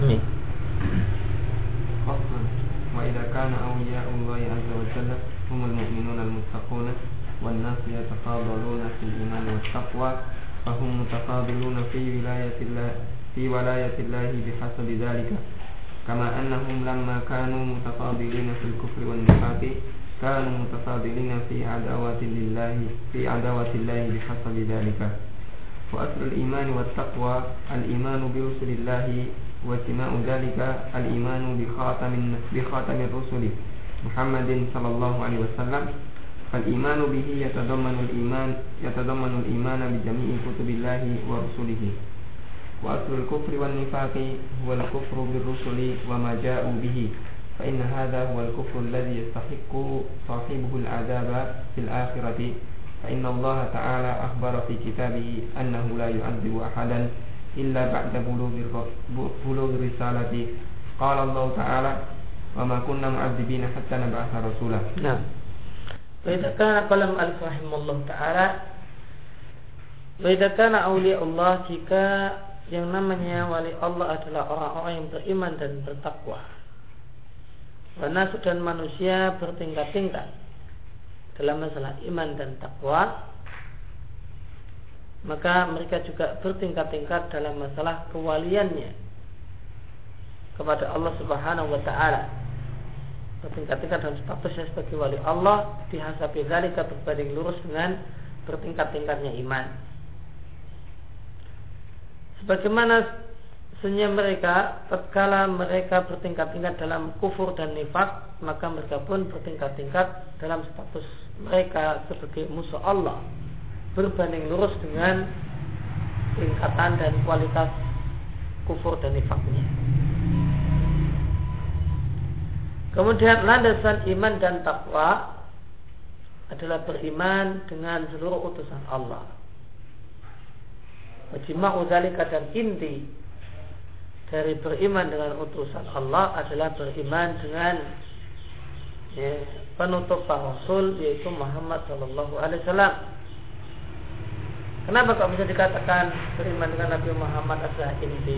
Ini. فصل وإذا كان أولياء الله عز وجل هم المؤمنون المتقون والناس يتفاضلون في الإيمان والتقوى فهم متفاضلون في ولاية الله بحسب ذلك كما أنهم لما كانوا متفاضلين في الكفر والنفاق كانوا متفاضلين في عداوة الله بحسب ذلك وأصل الإيمان والتقوى الإيمان برسل الله واجتماع ذلك الإيمان بخاتم الرسل محمد صلى الله عليه وسلم فالإيمان به يتضمن الإيمان بجميع كتب الله ورسله وأصل الكفر والنفاق هو الكفر بالرسل وما جاءوا به فإن هذا هو الكفر الذي يستحق صاحبه العذاب في الآخرة فإن الله تعالى أخبر في كتابه أنه لا يعذب أحدا إلا بعد بلوغ الرسالة قال الله تعالى وما كنا معذبين حتى نبعث رسولا. Nah, وإذا كان قال المؤلف رحمه الله تعالى وإذا كان أولياء الله jika yang namanya wali Allah adalah orang-orang yang beriman dan bertakwa. Nasu dan manusia bertingkat-tingkat dalam masalah iman dan takwa, maka mereka juga bertingkat-tingkat dalam masalah kewaliannya kepada Allah Subhanahu wa taala. Bertingkat-tingkat dalam statusnya sebagai wali Allah dihasabi dzalika berbanding lurus dengan bertingkat-tingkatnya iman. Sebagaimana senyum mereka tatkala mereka bertingkat-tingkat dalam kufur dan nifak, maka mereka pun bertingkat-tingkat dalam status mereka sebagai musuh Allah berbanding lurus dengan tingkatan dan kualitas kufur dan nifaknya. Kemudian landasan iman dan takwa adalah beriman dengan seluruh utusan Allah. Wajima'u dzalika dan inti dari beriman dengan utusan Allah adalah beriman dengan penutup para rasul yaitu Muhammad sallallahu alaihi wasallam. Kenapa kok bisa dikatakan beriman dengan Nabi Muhammad adalah inti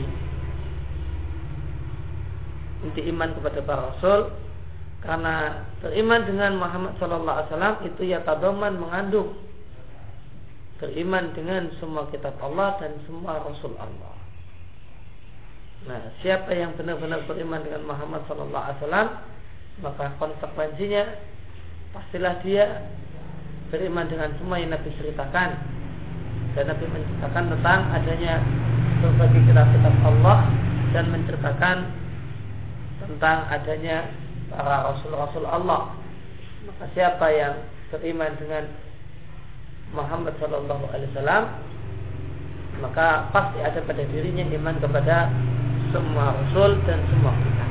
iman kepada para rasul? Karena beriman dengan Muhammad sallallahu alaihi wasallam itu yatadoman mengandung beriman dengan semua kitab Allah dan semua rasul Allah. Nah, siapa yang benar-benar beriman dengan Muhammad sallallahu alaihi wasallam, maka konsekuensinya pastilah dia beriman dengan semua yang Nabi ceritakan. Dan Nabi menceritakan tentang adanya berbagai kitab-kitab Allah dan menceritakan tentang adanya para rasul-rasul Allah. Maka siapa yang beriman dengan Muhammad sallallahu alaihi wasallam, maka pasti ada pada dirinya iman kepada semua rasul dan semua kitab.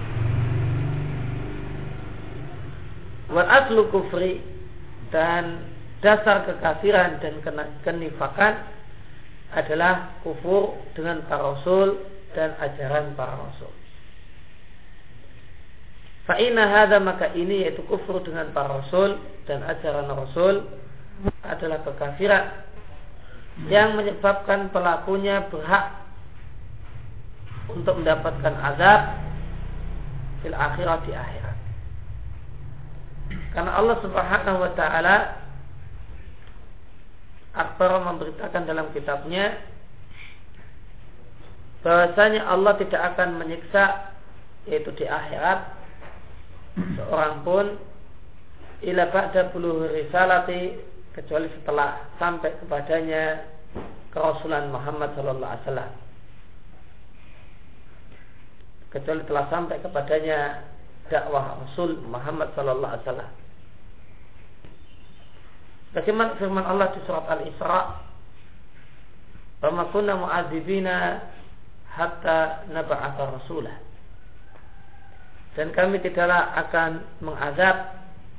Wal aslu kufri dan dasar kekafiran dan kenifakan adalah kufur dengan para rasul dan ajaran para rasul. Fa inna hadza maka ini yaitu kufur dengan para rasul dan ajaran rasul adalah kekafiran yang menyebabkan pelakunya berhak untuk mendapatkan azab fil akhirat di akhirat. Karena Allah Subhanahu wa taala akbar memberitakan dalam kitabnya bahwasanya Allah tidak akan menyiksa yaitu di akhirat seorang pun ila ba'da bulughir risalati kecuali setelah sampai kepadanya kerasulan Muhammad sallallahu alaihi wasallam, kecuali telah sampai kepadanya dakwah Rasul Muhammad sallallahu alaihi wasallam. Bagaimana firman Allah di surat Al-Isra, "Wa ma kunna mu'adzibina hatta nab'atha rasulah." Dan kami tidaklah akan mengazab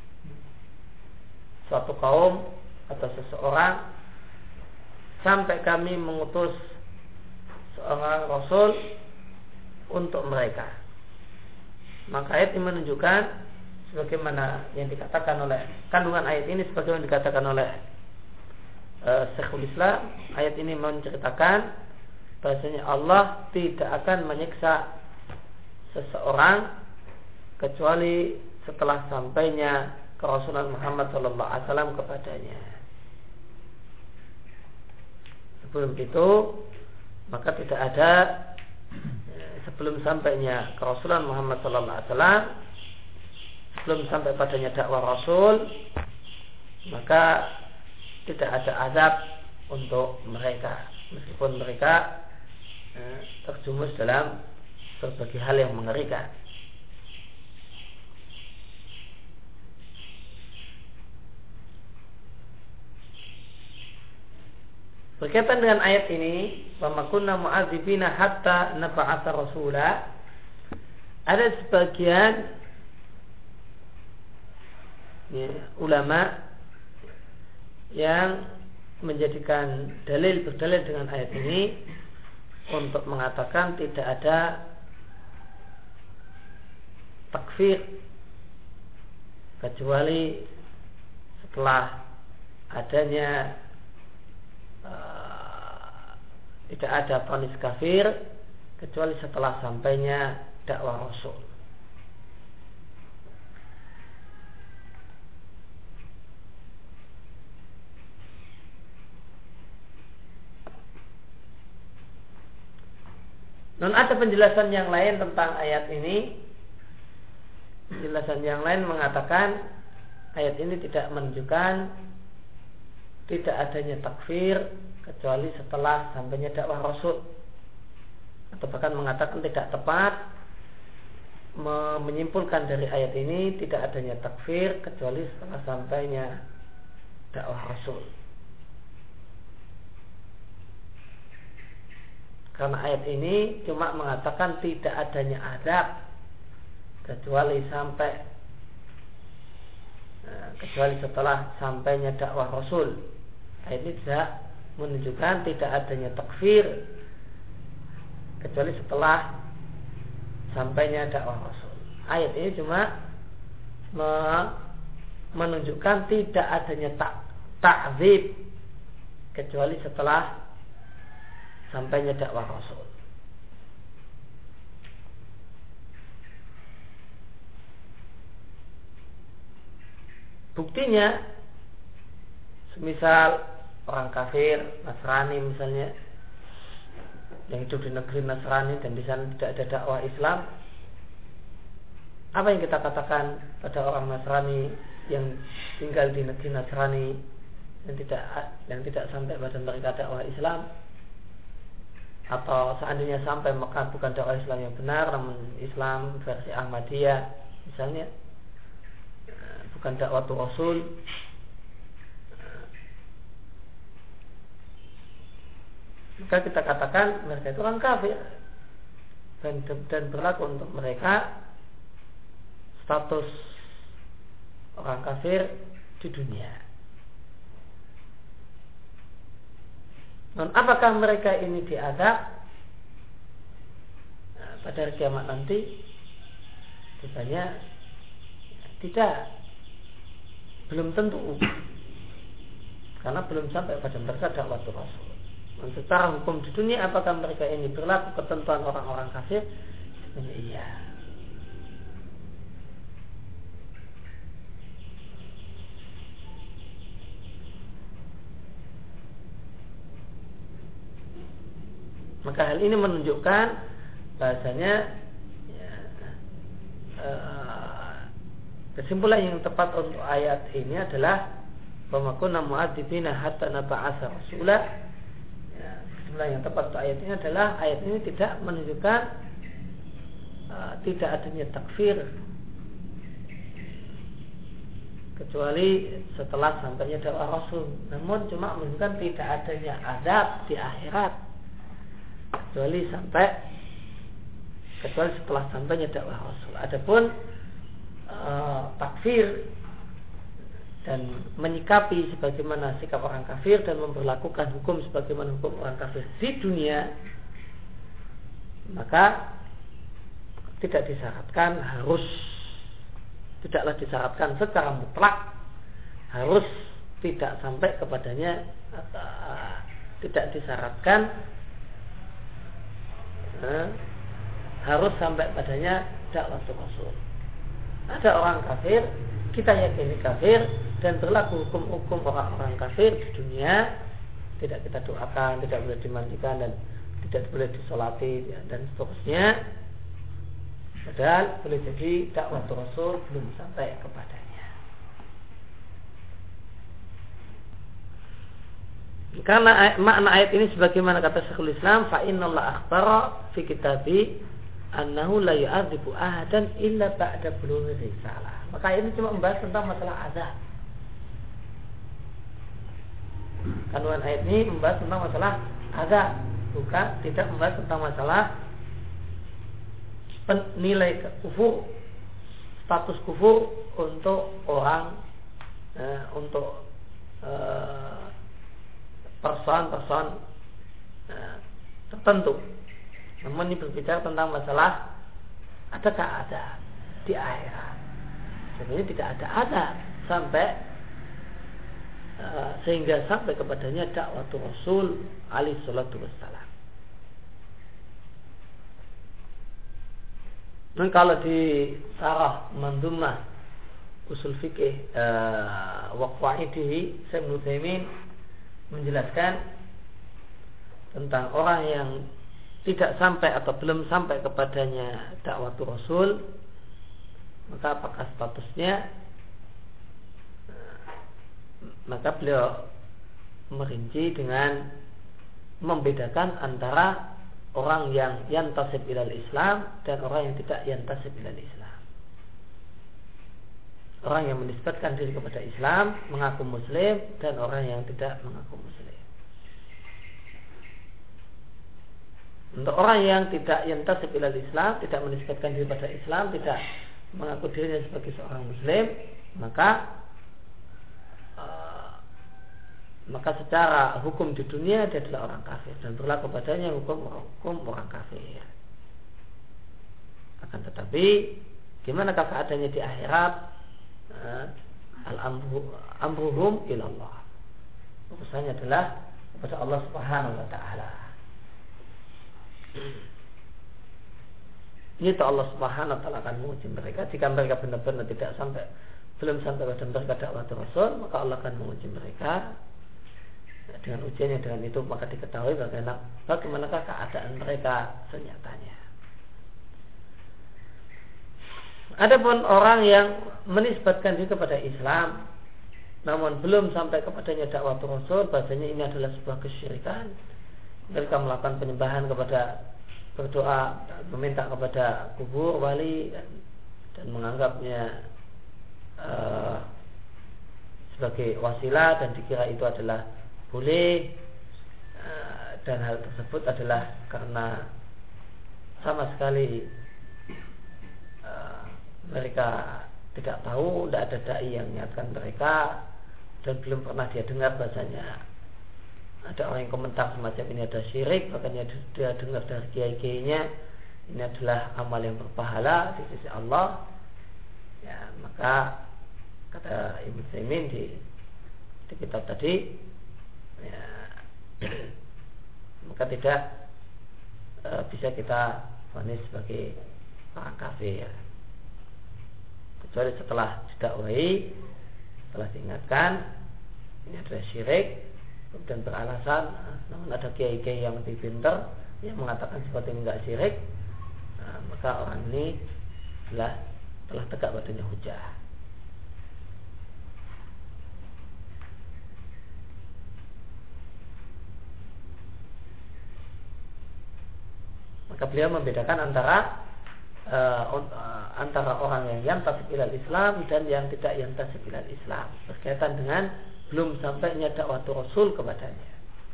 suatu kaum atau seseorang sampai kami mengutus seorang rasul untuk mereka. Maka ayat ini menunjukkan sebagaimana yang dikatakan oleh kandungan ayat ini, sebagaimana dikatakan oleh Syekhul Islam. Ayat ini menceritakan bahasanya Allah tidak akan menyiksa seseorang kecuali setelah sampainya kerasulan Muhammad sallallahu alaihi wasallam kepadanya. Sebelum itu maka tidak ada, sebelum sampainya kerasulan Muhammad sallallahu alaihi wasallam, sebelum sampai padanya dakwah Rasul, maka tidak ada azab untuk mereka, meskipun mereka terjumus dalam berbagai hal yang mengerikan. Berkaitan dengan ayat ini, wa ma kunna mu'adzibina hatta nab'atsa rasula, ada sebagian ulama yang menjadikan berdalil dengan ayat ini untuk mengatakan tidak ada takfir kecuali setelah adanya tidak ada vonis kafir kecuali setelah sampainya dakwah Rasul. Dan ada penjelasan yang lain tentang ayat ini. Penjelasan yang lain mengatakan ayat ini tidak menunjukkan tidak adanya takfir kecuali setelah sampainya dakwah Rasul, atau bahkan mengatakan tidak tepat menyimpulkan dari ayat ini tidak adanya takfir kecuali setelah sampainya dakwah Rasul. Karena ayat ini cuma mengatakan tidak adanya azab kecuali setelah sampainya dakwah Rasul. Ayat ini tidak menunjukkan tidak adanya takfir kecuali setelah sampainya dakwah Rasul. Ayat ini cuma menunjukkan tidak adanya ta'dzib kecuali setelah sampainya dakwah Rasul. Buktinya, semisal orang kafir, Nasrani misalnya, yang hidup di negeri Nasrani dan di sana tidak ada dakwah Islam, apa yang kita katakan pada orang Nasrani yang tinggal di negeri Nasrani yang tidak sampai pada mereka dakwah Islam? Atau seandainya sampai maka bukan dakwah Islam yang benar, namun Islam versi Ahmadiyah misalnya, bukan dakwah Rasul, maka kita katakan mereka itu orang kafir dan berlaku untuk mereka status orang kafir di dunia. Dan apakah mereka ini diazab pada hari kiamat nanti? Jawabannya tidak, belum tentu, karena belum sampai pada mereka dakwah Rasul. Dan secara hukum di dunia, apakah mereka ini berlaku ketentuan orang-orang kafir? Sebenarnya iya. Maka hal ini menunjukkan bahasanya kesimpulan yang tepat untuk ayat ini adalah bahwa kunna mu'adzibina hatta nab'atsa rasula. Kesimpulan yang tepat untuk ayat ini adalah ayat ini tidak menunjukkan tidak adanya takfir kecuali setelah sampainya dakwah Rasul, namun cuma menunjukkan tidak adanya azab di akhirat kecuali setelah sampainya dakwah Rasul. Adapun takfir dan menyikapi sebagaimana sikap orang kafir dan memperlakukan hukum sebagaimana hukum orang kafir di dunia, maka tidaklah disyaratkan secara mutlak harus tidak sampai kepadanya, tidak disyaratkan harus sampai padanya dakwah Rasul. Ada orang kafir, kita yakini kafir dan berlaku hukum-hukum orang-orang kafir di dunia, tidak kita doakan, tidak boleh dimandikan dan tidak boleh disolati dan seterusnya. Padahal boleh jadi dakwah Rasul belum sampai kepadanya. Karena makna ayat ini sebagaimana kata Syekhul Islam, fa innallaha akhbara fi kitabi annahu la yu'adzibu ahadan illa ba'da bulughi risalah. Maka ini cuma membahas tentang masalah azab. Kandungan ayat ini membahas tentang masalah azab, bukan tidak membahas tentang masalah nilai kufur, status kufur untuk orang, untuk person-person tertentu. Namun ini berbicara tentang masalah adakah azab di akhirat. Sebenarnya tidak ada azab sampai sehingga sampai kepadanya dakwah Rasul alaihi salatu wassalam. Dan kalau di Sarah Mandumah Usul Fikih wa Qawaidihi, Syekh Ibnu Utsaimin menjelaskan tentang orang yang tidak sampai atau belum sampai kepadanya dakwah Rasul, maka apakah statusnya? Maka beliau merinci dengan membedakan antara orang yang yantasib ilal Islam dan orang yang tidak yantasib ilal Islam. Orang yang menisbatkan diri kepada Islam, mengaku Muslim, dan orang yang tidak mengaku Muslim. Untuk orang yang tidak yantasib ilal Islam, tidak menisbatkan diri kepada Islam, tidak mengaku dirinya sebagai seorang Muslim, maka secara hukum di dunia dia adalah orang kafir dan berlaku padanya hukum orang kafir. Akan tetapi gimana keadaannya di akhirat? Al-amruhum ilallah. Urusannya adalah kepada Allah Subhanahu wa taala. Ini Allah Subhanahu wa taala akan menguji mereka. Jika mereka benar-benar belum sampai pada mereka dakwah Rasul, maka Allah akan menguji mereka. Dengan ujiannya, dengan itu maka diketahui bagaimanakah keadaan mereka senyatanya. Adapun orang yang menisbatkan diri kepada Islam namun belum sampai kepadanya dakwah Rasul, bahasanya ini adalah sebuah kesyirikan. Mereka melakukan penyembahan kepada, berdoa, meminta kepada kubur, wali dan menganggapnya sebagai wasilah dan dikira itu adalah boleh, dan hal tersebut adalah karena sama sekali mereka tidak tahu, tidak ada dai yang mengingatkan mereka, dan belum pernah dia dengar bahasanya ada orang yang komentar semacam ini ada syirik, makanya dia dengar dari kiai-kiainya ini adalah amal yang berpahala di sisi Allah. Ya, maka kata Ibnu Utsaimin di kitab tadi, ya, maka tidak bisa kita vonis sebagai orang kafir, kecuali setelah didakwai, setelah diingatkan ini adalah syirik, kemudian beralasan namun ada kiai-kiai yang lebih pintar yang mengatakan seperti ini enggak syirik, maka orang ini telah tegak padanya hujah. Maka beliau membedakan antara orang yang yantasib ilal Islam dan yang tidak yantasib ilal Islam berkaitan dengan belum sampainya dakwah Rasul kepadanya.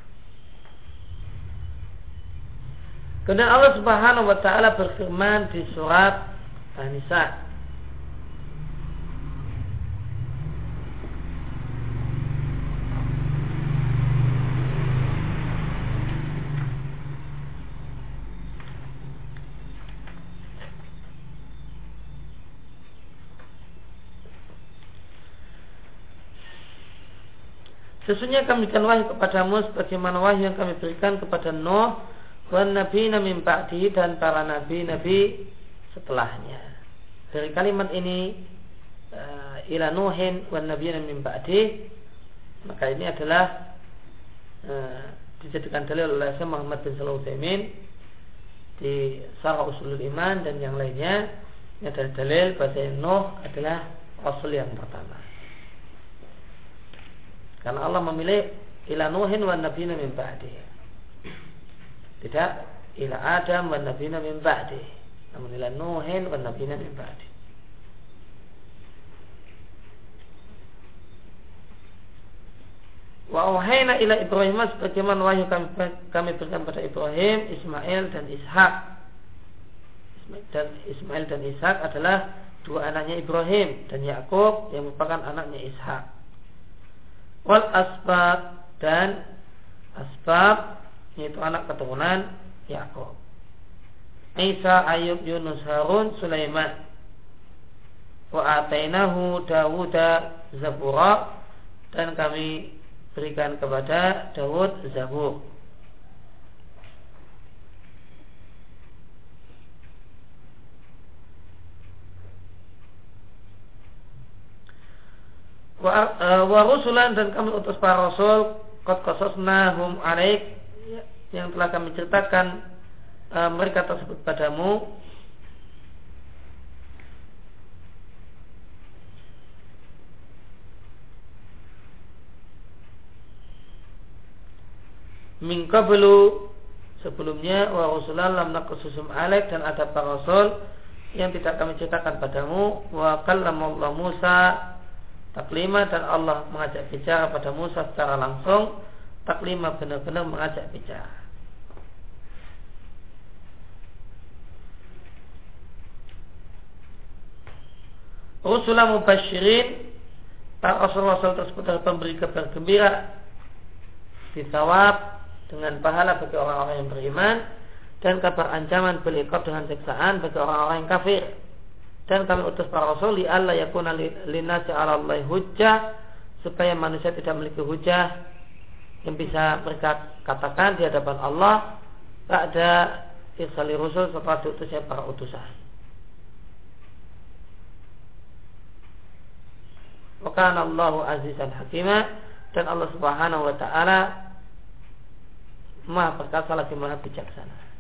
Kemudian Allah Subhanahu wa taala berfirman di surat An-Nisa, sesungguhnya kami berikan wahyu kepadamu sebagaimana wahyu yang kami berikan kepada Nuh, wan nabiyina min ba'dihi, dan para nabi-nabi setelahnya. Dari kalimat ini ila Nuhin wan nabiyina min ba'dihi, maka ini adalah dijadikan dalil oleh Syekh Muhammad bin Shalih Al-Utsaimin di Syarah Ushulul Iman dan yang lainnya. Ini adalah dalil bahwa Nuh adalah rasul yang pertama, karena Allah memilih ila Nuhin wan nabiyina min ba'dihi, tidak ila Adam wan nabiyina min ba'dihi, namun ila Nuhin wan nabiyina min ba'dihi. Wa auhayna ila Ibrahim, sebagaimana wahyu kami berikan pada Ibrahim, Ismail dan Ishak. Dan Ismail dan Ishak adalah dua anaknya Ibrahim, dan Yakub yang merupakan anaknya Ishak. Wal asbab, dan asbab yaitu anak keturunan Yakub, Isa, Ayub, Yunus, Harun, Sulaiman. Wa atainahu Dawuda Zabura, dan kami berikan kepada Dawud Zabur. Wa rusulan, dan kami utus para rasul qad qasasnahum alaik, yang telah kami ceritakan mereka tersebut padamu. Min qablu, sebelumnya, wa rusulan lam naqsusum alaik, dan ada para rasul yang tidak kami ceritakan padamu. Wa kallamallahu Musa taklima, dan Allah mengajak bicara pada Musa secara langsung. Taklima, benar-benar mengajak bicara. Rusulah mubasyirin, para rasul-rasul tersebut adalah pemberi kabar gembira, bisawab, dengan pahala bagi orang-orang yang beriman, dan kabar ancaman beliqab, dengan siksaan bagi orang-orang yang kafir. Dan kami utus para rasul li alla yakuna linnasi 'ala Allahi hujjah, supaya manusia tidak memiliki hujjah yang bisa mereka katakan di hadapan Allah ba'da irsali rusul, setelah diutusnya para utusan. Wa kana Allahu azizan hakima, dan Allah Subhanahu wa taala Maha perkasa lagi Maha bijaksana.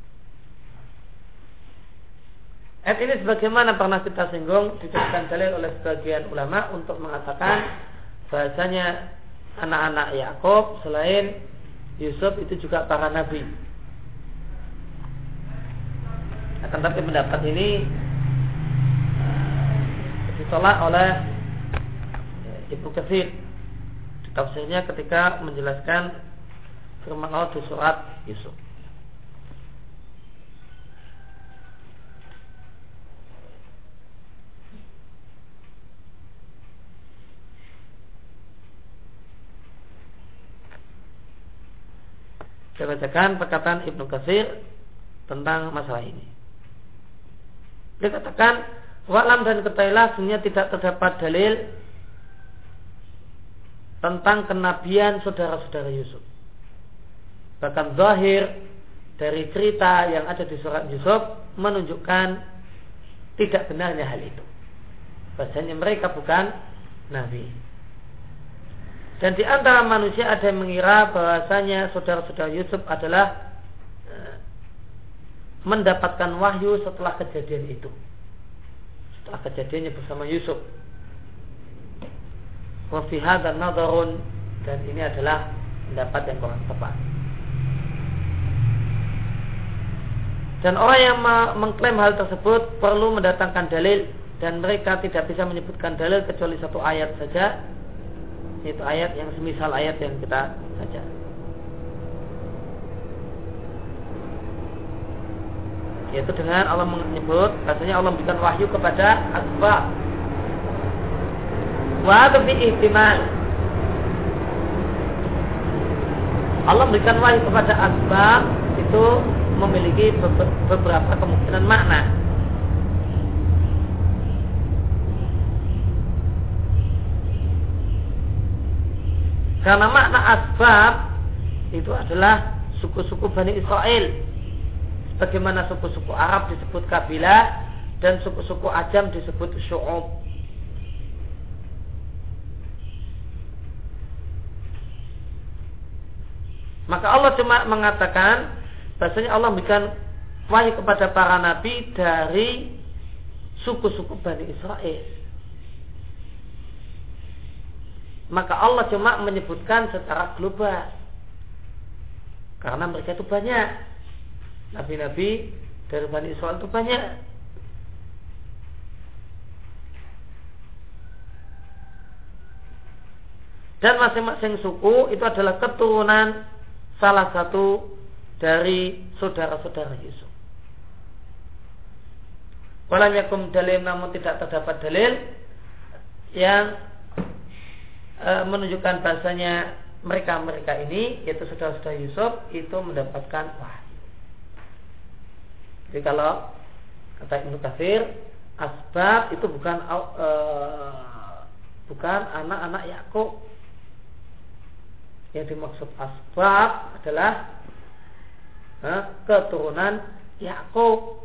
Ayat ini sebagaimana pernah kita singgung dijadikan dalil oleh sebagian ulama untuk mengatakan bahasanya anak-anak Yakub selain Yusuf itu juga para nabi. Akan tapi pendapat ini ditolak oleh Ibnu Katsir di tafsirnya ketika menjelaskan firman Allah di surat Yusuf. Saya bacakan perkataan Ibnu Katsir tentang masalah ini. Dia katakan, wa'lam, dan ketahuilah sebenarnya tidak terdapat dalil tentang kenabian saudara-saudara Yusuf. Bahkan zahir dari cerita yang ada di surat Yusuf menunjukkan tidak benarnya hal itu. Bahasanya mereka bukan nabi. Dan di antara manusia ada yang mengira bahwasanya saudara-saudara Yusuf adalah mendapatkan wahyu setelah kejadian itu, setelah kejadiannya bersama Yusuf. Wa fi hadza nadharun, dan ini adalah pendapat yang kurang tepat. Dan orang yang mengklaim hal tersebut perlu mendatangkan dalil, dan mereka tidak bisa menyebutkan dalil kecuali satu ayat saja, yaitu ayat yang semisal ayat yang kita baca. Yaitu dengan Allah menyebut bahasanya Allah memberikan wahyu kepada asbab. Wa fi ihtimal, Allah memberikan wahyu kepada asbab itu memiliki beberapa kemungkinan makna. Karena makna asbab itu adalah suku-suku Bani Israel. Bagaimana suku-suku Arab disebut kabilah dan suku-suku Ajam disebut syu'ub. Maka Allah cuma mengatakan bahasanya Allah memberikan wahyu kepada para nabi dari suku-suku Bani Israel. Maka Allah cuma menyebutkan secara global karena mereka itu banyak. Nabi-nabi dari Bani Israel itu banyak. Dan masing-masing suku itu adalah keturunan salah satu dari saudara-saudara Yusuf. Walam yakum dalil, namun tidak terdapat dalil yang menunjukkan bahasanya mereka ini, yaitu saudara-saudara Yusuf, itu mendapatkan wahyu. Jadi kalau kata Ibnu Katsir, asbab itu bukan anak-anak Yakub. Yang dimaksud asbab adalah keturunan Yakub.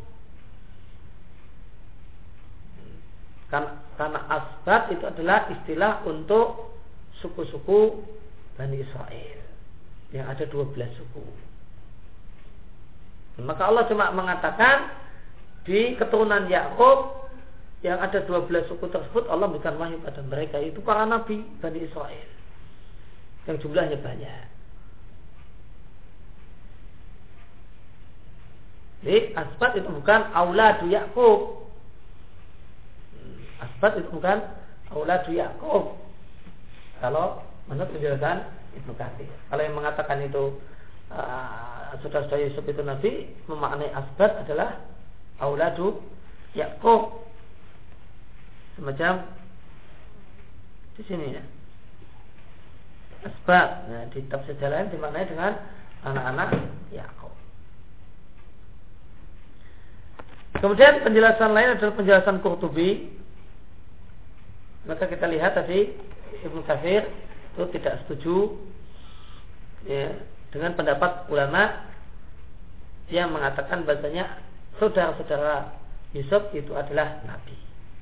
Karena asbab itu adalah istilah untuk suku-suku Bani Israel yang ada 12 suku. Maka Allah cuma mengatakan di keturunan Yakub yang ada 12 suku tersebut Allah memberikan wahyu pada mereka, itu para nabi Bani Israel yang jumlahnya banyak. Jadi asbat itu bukan auladu Yakub. Asbat itu bukan auladu Yakub. Kalau menurut penjelasan Ibnu Katsir, kalau yang mengatakan itu saudara-saudara Yusuf itu nabi, memaknai asbat adalah auladu Yakub. Semacam di sini ya. Asbab. Nah, di tafsir lain dimaknai dengan anak-anak Yakub. Kemudian penjelasan lain adalah penjelasan Qurtubi. Maka kita lihat tadi Ibnu Katsir itu tidak setuju ya, dengan pendapat ulama yang mengatakan bahasanya saudara-saudara Yusuf itu adalah nabi.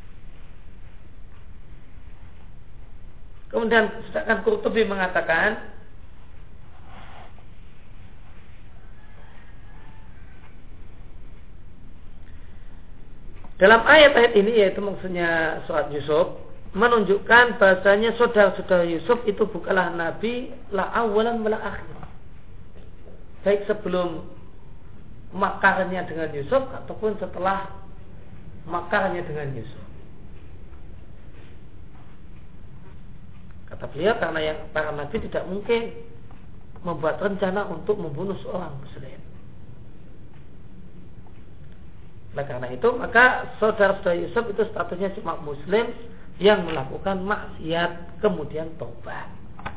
Kemudian sedangkan Qurtubi mengatakan dalam ayat-ayat ini, yaitu maksudnya surat Yusuf, menunjukkan bahasanya saudara-saudara Yusuf itu bukanlah nabi la awalan wala akhir, baik sebelum makarnya dengan Yusuf ataupun setelah makarnya dengan Yusuf. Kata beliau, karena yang para nabi tidak mungkin membuat rencana untuk membunuh seorang muslim. Nah, karena itu maka saudara-saudara Yusuf itu statusnya cuma muslim yang melakukan maksiat kemudian taubat.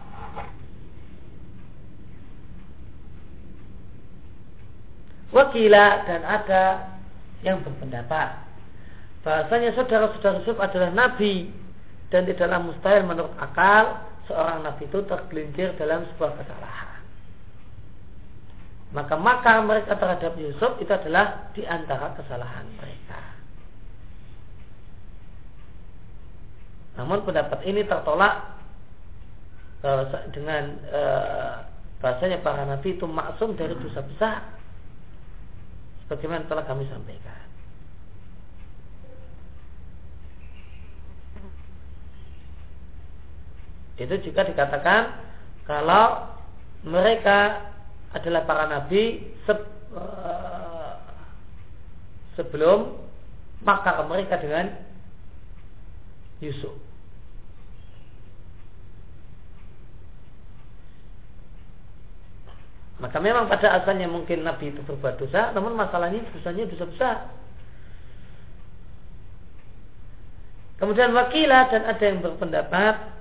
Wakilah, dan ada yang berpendapat bahasanya saudara-saudara Yusuf adalah nabi dan tidaklah mustahil menurut akal seorang nabi itu tergelincir dalam sebuah kesalahan. Maka makar mereka terhadap Yusuf itu adalah di antara kesalahan mereka. Namun pendapat ini tertolak dengan bahasanya para nabi itu maksum dari dosa besar, sebagaimana telah kami sampaikan. Itu jika dikatakan kalau mereka adalah para nabi sebelum makar mereka dengan Yusuf. Maka memang pada asalnya mungkin nabi itu berbuat dosa, namun masalahnya dosanya dosa besar. Kemudian wakilah, dan ada yang berpendapat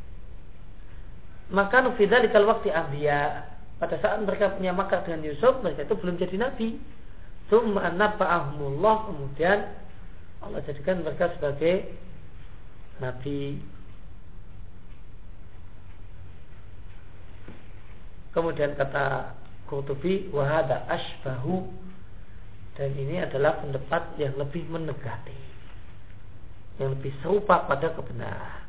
maka nufidzalikal waqti anbiya, pada saat mereka punya makar dengan Yusuf, mereka itu belum jadi nabi. Tsumma nabba'ahumullah, kemudian Allah jadikan mereka sebagai nabi. Kemudian kata Qurtubi wa hadza asbahu, dan ini adalah pendapat yang lebih mendekati, yang lebih serupa pada kebenaran.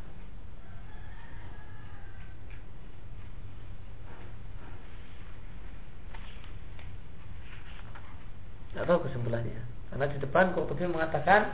Tidak tahu kesimpulannya, karena di depan Qurtubi mengatakan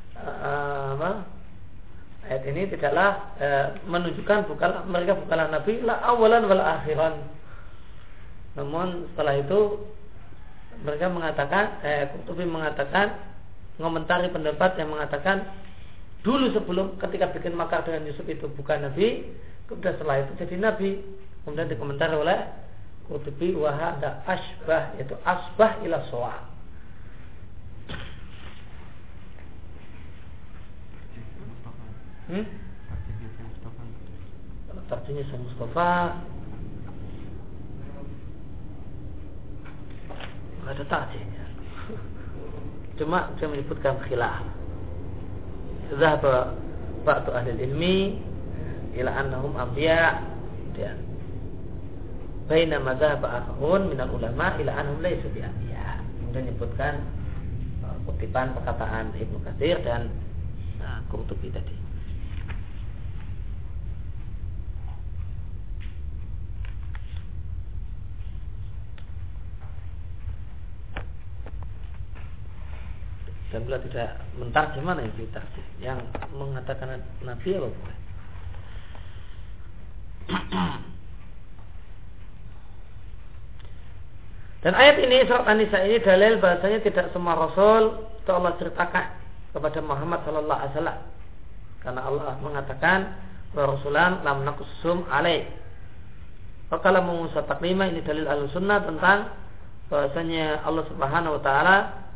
ayat ini tidaklah menunjukkan mereka bukanlah nabi la awalan wal akhiran. Namun setelah itu mereka mengatakan, Qurtubi mengatakan, mengomentari pendapat yang mengatakan dulu sebelum ketika bikin makar dengan Yusuf itu bukan nabi, kemudian setelah itu jadi nabi. Kemudian dikomentari oleh Qurtubi wa hadza asbah, yaitu asbah ila shawab. Kalau tarjinya Syekh Mustafa nggak ada tarjinya, cuma dia menyebutkan khilaf. Zahaba ba'du ahli ilmi ila annahum anbiya, dan bainama zahaba akhun minal ulama ila annahum laysu bi anbiya. Kemudian menyebutkan kutipan perkataan Ibnu Katsir dan Qurtubi tadi. Dan bila tidak mentarjim, mana yang ditarjim? Yang mengatakan nabi apa bukan? Dan ayat ini, surat An-Nisa ini dalil bahasanya tidak semua rasul itu Allah ceritakan kepada Muhammad sallallahu alaihi wasallam. Karena Allah mengatakan wa rasulan lam naqsum alaih. Kalau Musa taklima, ini dalil Ahlussunnah tentang bahasanya Allah Subhanahu wa taala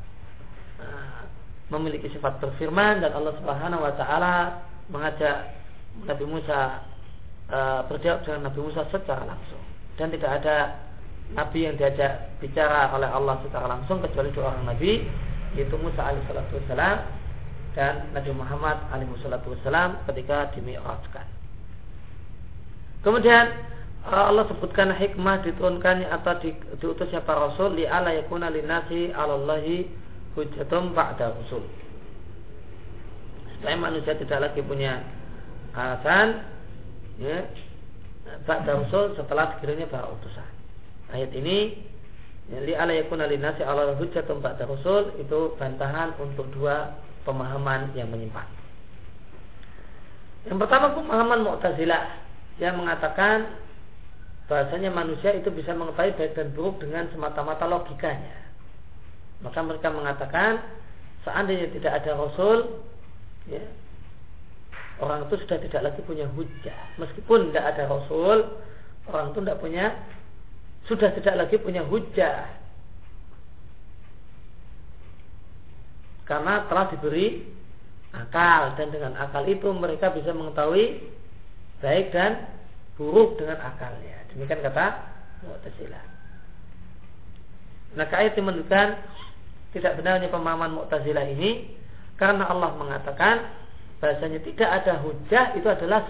memiliki sifat berfirman, dan Allah Subhanahu wa taala mengajak Nabi Musa berdialog dengan Nabi Musa secara langsung, dan tidak ada nabi yang diajak bicara oleh Allah secara langsung kecuali dua orang nabi, yaitu Musa alaihi salatu wassalam dan Nabi Muhammad alaihi salatu wassalam ketika dimi'rajkan. Kemudian Allah sebutkan hikmah diturunkannya atau diutusnya para rasul li alla yakuna linnasi 'alallahi hujjatum ba'da rusul, supaya manusia tidak lagi punya alasan ba'da rusul setelah dikirinya para utusan. Ayat ini li ala yakuna linnasi 'ala hujjatum ba'da rusul itu bantahan untuk dua pemahaman yang menyimpang. Yang pertama pemahaman Mu'tazilah yang mengatakan bahasanya manusia itu bisa mengetahui baik dan buruk dengan semata-mata logikanya. Maka mereka mengatakan seandainya tidak ada rasul, orang itu sudah tidak lagi punya hujjah. Meskipun tidak ada rasul, orang itu sudah tidak lagi punya hujjah, karena telah diberi akal, dan dengan akal itu mereka bisa mengetahui baik dan buruk dengan akalnya. Demikian kata Mu'tazilah. Nah, ayat yang menunjukkan tidak benarnya pemahaman Mu'tazilah ini, karena Allah mengatakan bahasanya tidak ada hujjah itu adalah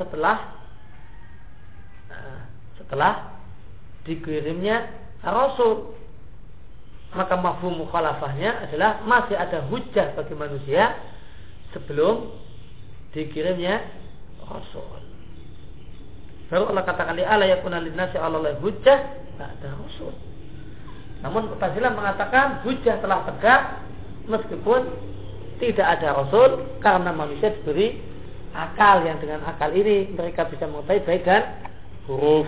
setelah dikirimnya Rasul. Maka mafhum mukhalafahnya adalah masih ada hujjah bagi manusia sebelum dikirimnya Rasul. Baru Allah katakan li ala yakuna linnasi 'alallahi hujjah ba'da Rasul. Namun Mu'tazilah mengatakan hujjah telah tegak meskipun tidak ada Rasul, karena manusia diberi akal, yang dengan akal ini mereka bisa mengetahui baik dan buruk.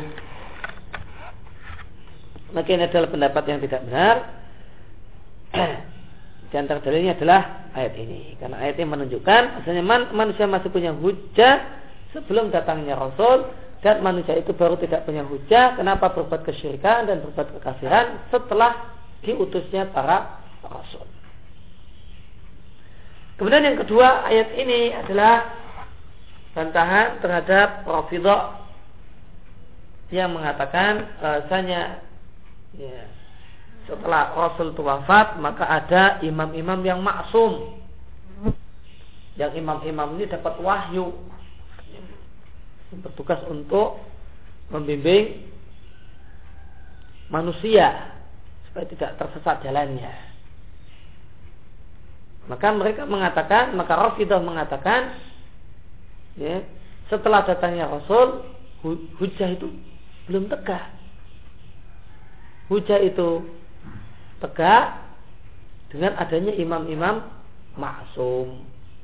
Maka ini adalah pendapat yang tidak benar. Di antara dalilnya adalah ayat ini, karena ayat ini menunjukkan bahwasanya manusia masih punya hujjah sebelum datangnya Rasul, dan manusia itu baru tidak punya hujjah kenapa berbuat kesyirikan dan berbuat kekafiran setelah diutusnya para Rasul. Kemudian yang kedua, ayat ini adalah bantahan terhadap Rafidhah yang mengatakan bahasanya setelah Rasul itu wafat maka ada imam-imam yang maksum, yang imam-imam ini dapat wahyu, bertugas untuk membimbing manusia supaya tidak tersesat jalannya. Maka mereka mengatakan, maka Rafidah mengatakan, ya, setelah datangnya Rasul, hujjah itu belum tegak. Hujjah itu tegak dengan adanya imam-imam maksum.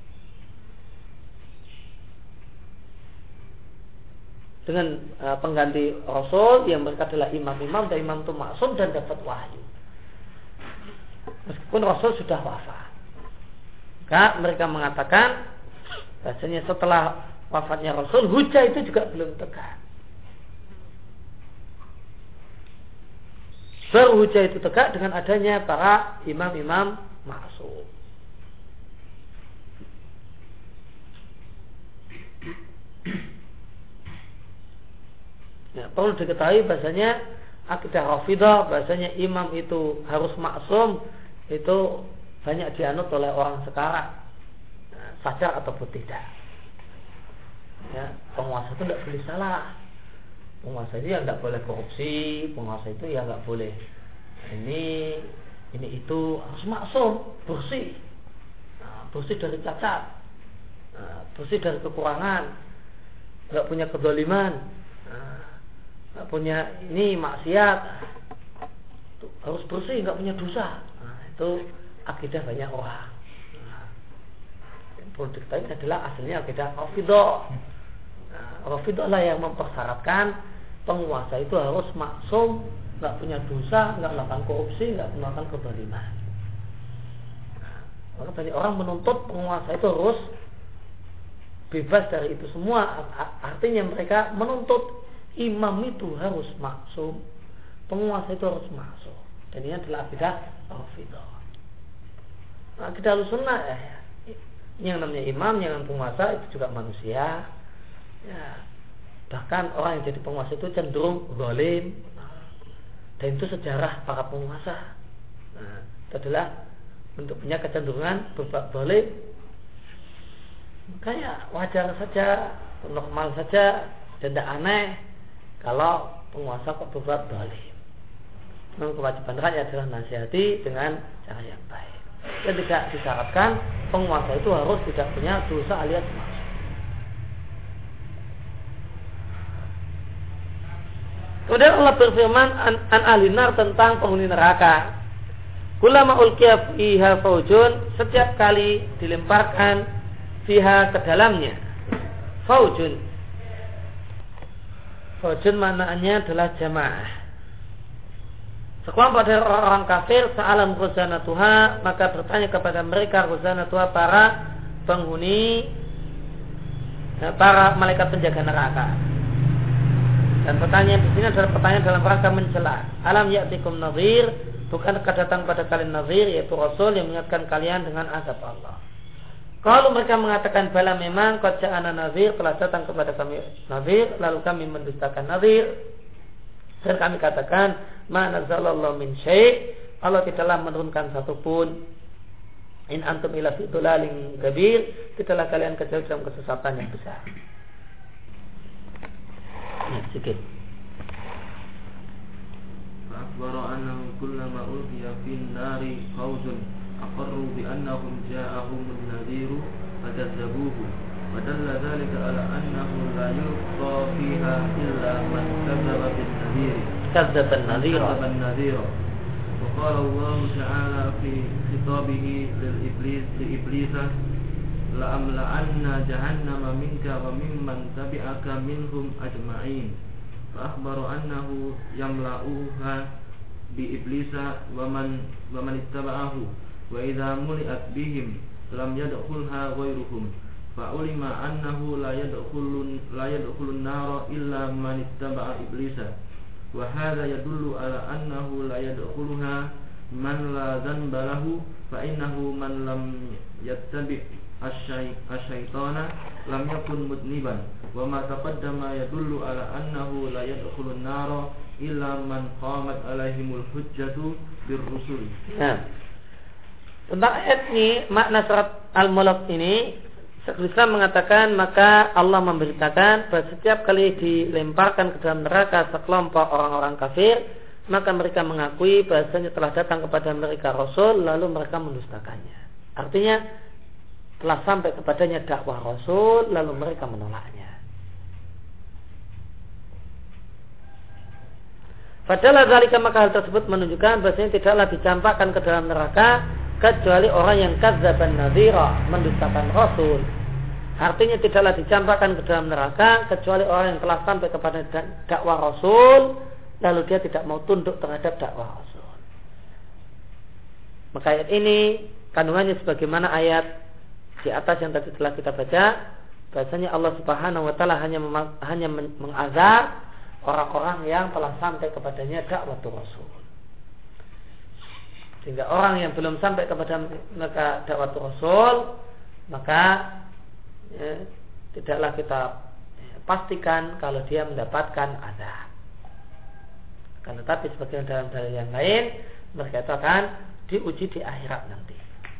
Dengan pengganti Rasul yang mereka adalah imam-imam dan imam itu maksum dan dapat wahyu. Meskipun Rasul sudah wafat. Maka mereka mengatakan bahasanya setelah wafatnya Rasul, hujjah itu juga belum tegak. Baru hujjah itu tegak dengan adanya para imam-imam maksum. Ya, perlu diketahui bahasanya akidah Rafidah, bahasanya imam itu harus maksum, itu banyak dianut oleh orang sekarang, sadar ataupun tidak. Ya, penguasa itu tidak boleh salah. Penguasa itu ya tidak boleh korupsi. Penguasa itu ya tidak boleh ini itu, harus maksum, bersih, bersih dari cacat, bersih dari kekurangan, tidak punya kezaliman, tidak punya ini maksiat, harus bersih, tidak punya dosa. Itu akidah banyak orang. Yang perlu diketahui adalah aslinya akidah Rafidah. Rafidah lah yang mempersyaratkan penguasa itu harus maksum, nggak punya dosa, nggak melakukan korupsi, nggak melakukan kezaliman. Maka banyak orang menuntut penguasa itu harus bebas dari itu semua. Artinya mereka menuntut imam itu harus maksum, penguasa itu harus maksum. Dan ini adalah akidah Rafidah. Akidah Ahlussunnah yang namanya imam, yang namanya penguasa itu juga manusia. Ya, bahkan orang yang jadi penguasa itu cenderung zalim. Dan itu sejarah para penguasa. Itu adalah bentuknya kecenderungan berbuat zalim. Makanya wajar saja, normal saja, dan tidak aneh kalau penguasa kok berbuat zalim. Memang kewajiban rakyat adalah nasihati dengan cara yang baik. Dan tidak disyaratkan penguasa itu harus tidak punya dosa alias maksum. Kemudian Allah berfirman an ahli nar, tentang penghuni neraka. Kullama ulqiya fiha faujun, setiap kali dilemparkan fiha ke dalamnya faujun. Faujun maknanya adalah jamaah. Sekelompok dari orang kafir, sa'alam khuzanatuha, maka bertanya kepada mereka khuzanatuha, para penghuni, para malaikat penjaga neraka. Dan pertanyaan di sini adalah pertanyaan dalam rangka mencela. Alam ya'tikum nadhir, bukankah datang pada kalian nadhir, yaitu Rasul yang mengingatkan kalian dengan azab Allah. Kalau mereka mengatakan bala, memang qad ja'ana nadhir, telah datang kepada kami nadhir, lalu kami mendustakan nadhir. Dan kami katakan, ma nazzalallahu min syai', Allah tidaklah menurunkan satupun. In antum ila fi dhulalin kabir, tidaklah kalian kecuali dalam kesesatan yang besar. Ya, sedikit. Akhbara annahu kullama ulqiya fin nari fawzun aqarru bi annahum ja'ahum an-nadhiru fadzabuhu. Wadalla dhalika ala annahu la yulqa fiha illa man kadzdzaba bin-nadhir. Kadzdzaba an-nadhir. Wa qala Allah ta'ala fi khitabihi lil iblis la amla'anna jahannama minka wa mimman tabi'aka minhum ajma'in. Fa akhbaru annahu yamla'uha bi iblisa wa man ittaba'ahu wa idza muli'at bihim lam yadkhulha ghairuhum. Fa'ulima annahu la yadkhulun nara illa man ittaba'a iblisa. Wa hadha yadullu ala annahu la yadkhuluha man la dhanba lahu, fa innahu man lam yattabi' asyaitana lam yakun mudniban. Wa ma taqaddama yadullu ala annahu la yadkhulun nara illa man qamat alaihimul hujjatu birrusul. Nah, tentang ayat ini, makna surat Al-Mulk ini, Syekhul Islam mengatakan, maka Allah memberitakan bahwa setiap kali dilemparkan ke dalam neraka sekelompok orang-orang kafir, maka mereka mengakui bahasanya telah datang kepada mereka Rasul, lalu mereka mendustakannya. Artinya telah sampai kepadanya dakwah Rasul, lalu mereka menolaknya. Padahal zalika, maka hal tersebut menunjukkan bahasanya tidaklah dicampakkan ke dalam neraka kecuali orang yang kadzaban nadhira, mendustakan Rasul. Artinya tidaklah dicampakkan ke dalam neraka kecuali orang yang telah sampai kepada dakwah Rasul, lalu dia tidak mau tunduk terhadap dakwah Rasul. Maka ayat ini kandungannya sebagaimana ayat di atas yang tadi telah kita baca, bahasanya Allah Subhanahu wa taala hanya mengazab orang-orang yang telah sampai kepadanya dakwah Rasul. Sehingga orang yang belum sampai kepada mereka dakwah Rasul, maka tidaklah kita pastikan kalau dia mendapatkan azab. Kan tetapi sebagian dalam dalil yang lain, mereka itu akan diuji di akhirat nanti.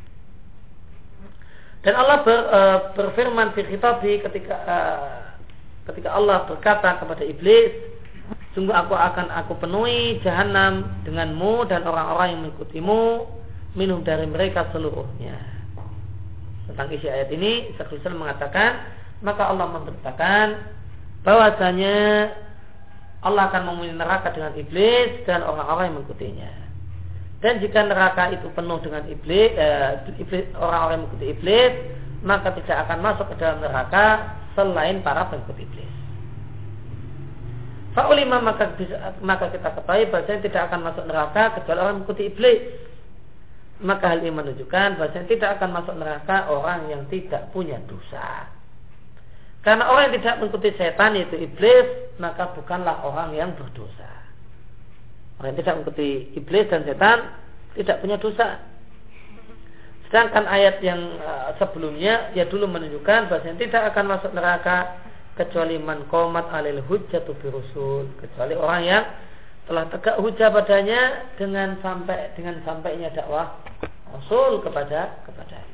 Dan Allah berfirman fi khitabi ketika Allah berkata kepada iblis, sungguh aku penuhi jahanam denganmu dan orang-orang yang mengikutimu, minum dari mereka seluruhnya. Tentang isi ayat ini, Syekhul Islam mengatakan, maka Allah memberitakan bahwasanya Allah akan memenuhi neraka dengan iblis dan orang-orang yang mengikutinya. Dan jika neraka itu penuh dengan iblis, orang-orang yang mengikuti iblis, maka tidak akan masuk ke dalam neraka selain para pengikut iblis. Fa'ulima, maka kita ketahui bahwasanya tidak akan masuk neraka kecuali orang mengikuti iblis. Maka hal ini menunjukkan bahwasanya tidak akan masuk neraka orang yang tidak punya dosa. Karena orang yang tidak mengikuti setan yaitu iblis, maka bukanlah orang yang berdosa. Orang yang tidak mengikuti iblis dan setan tidak punya dosa. Sedangkan ayat yang sebelumnya ya dulu menunjukkan bahwasanya tidak akan masuk neraka kecuali man qomat alil hujjatu birusul, kecuali orang yang telah tegak hujah padanya dengan sampainya dakwah Rasul kepadanya.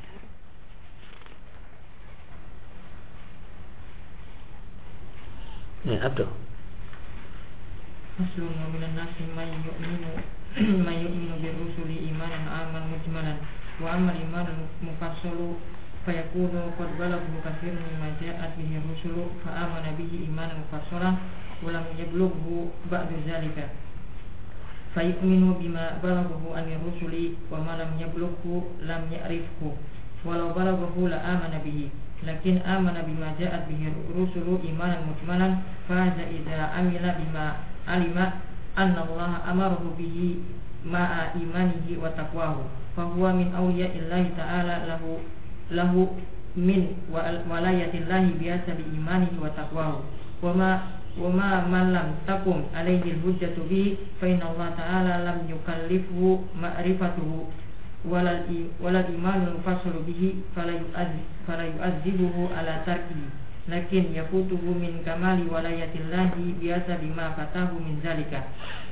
Ya, Abdul. Maslum wa minan nasi may yu'minu birrusuli imanan aman mujmalan wa amal iman mufassulu fayakunu qad balaghu katsirun mimma ja'at bihi rusulu fa amana bihi imanan mufassalan wa lam yablughu ba'du zalika fayu'minu bima balaghu an rusuli wa ma lam yablughu lam ya'rifhu walau balaghu la amana bihi lakin amana bima ja'at bihi rusulu imanan mujmalan fa idza amila bima alima anna Allah amarahu bihi ma'a imanihi wa taqwahu fa huwa min awliya'illahi ta'ala lahu min walayatillahi biasa bi imanihi wa taqwahu wa ma man lam takum alaihi al-hujjatu bihi fa inna Allah ta'ala lam yukallifhu ma'rifatuhu walal imanul mufassilu bihi fala yu'azzibuhu ala tarkihi lakin yafutuhu min kamali walayatillahi biasa bima fatahu min zalika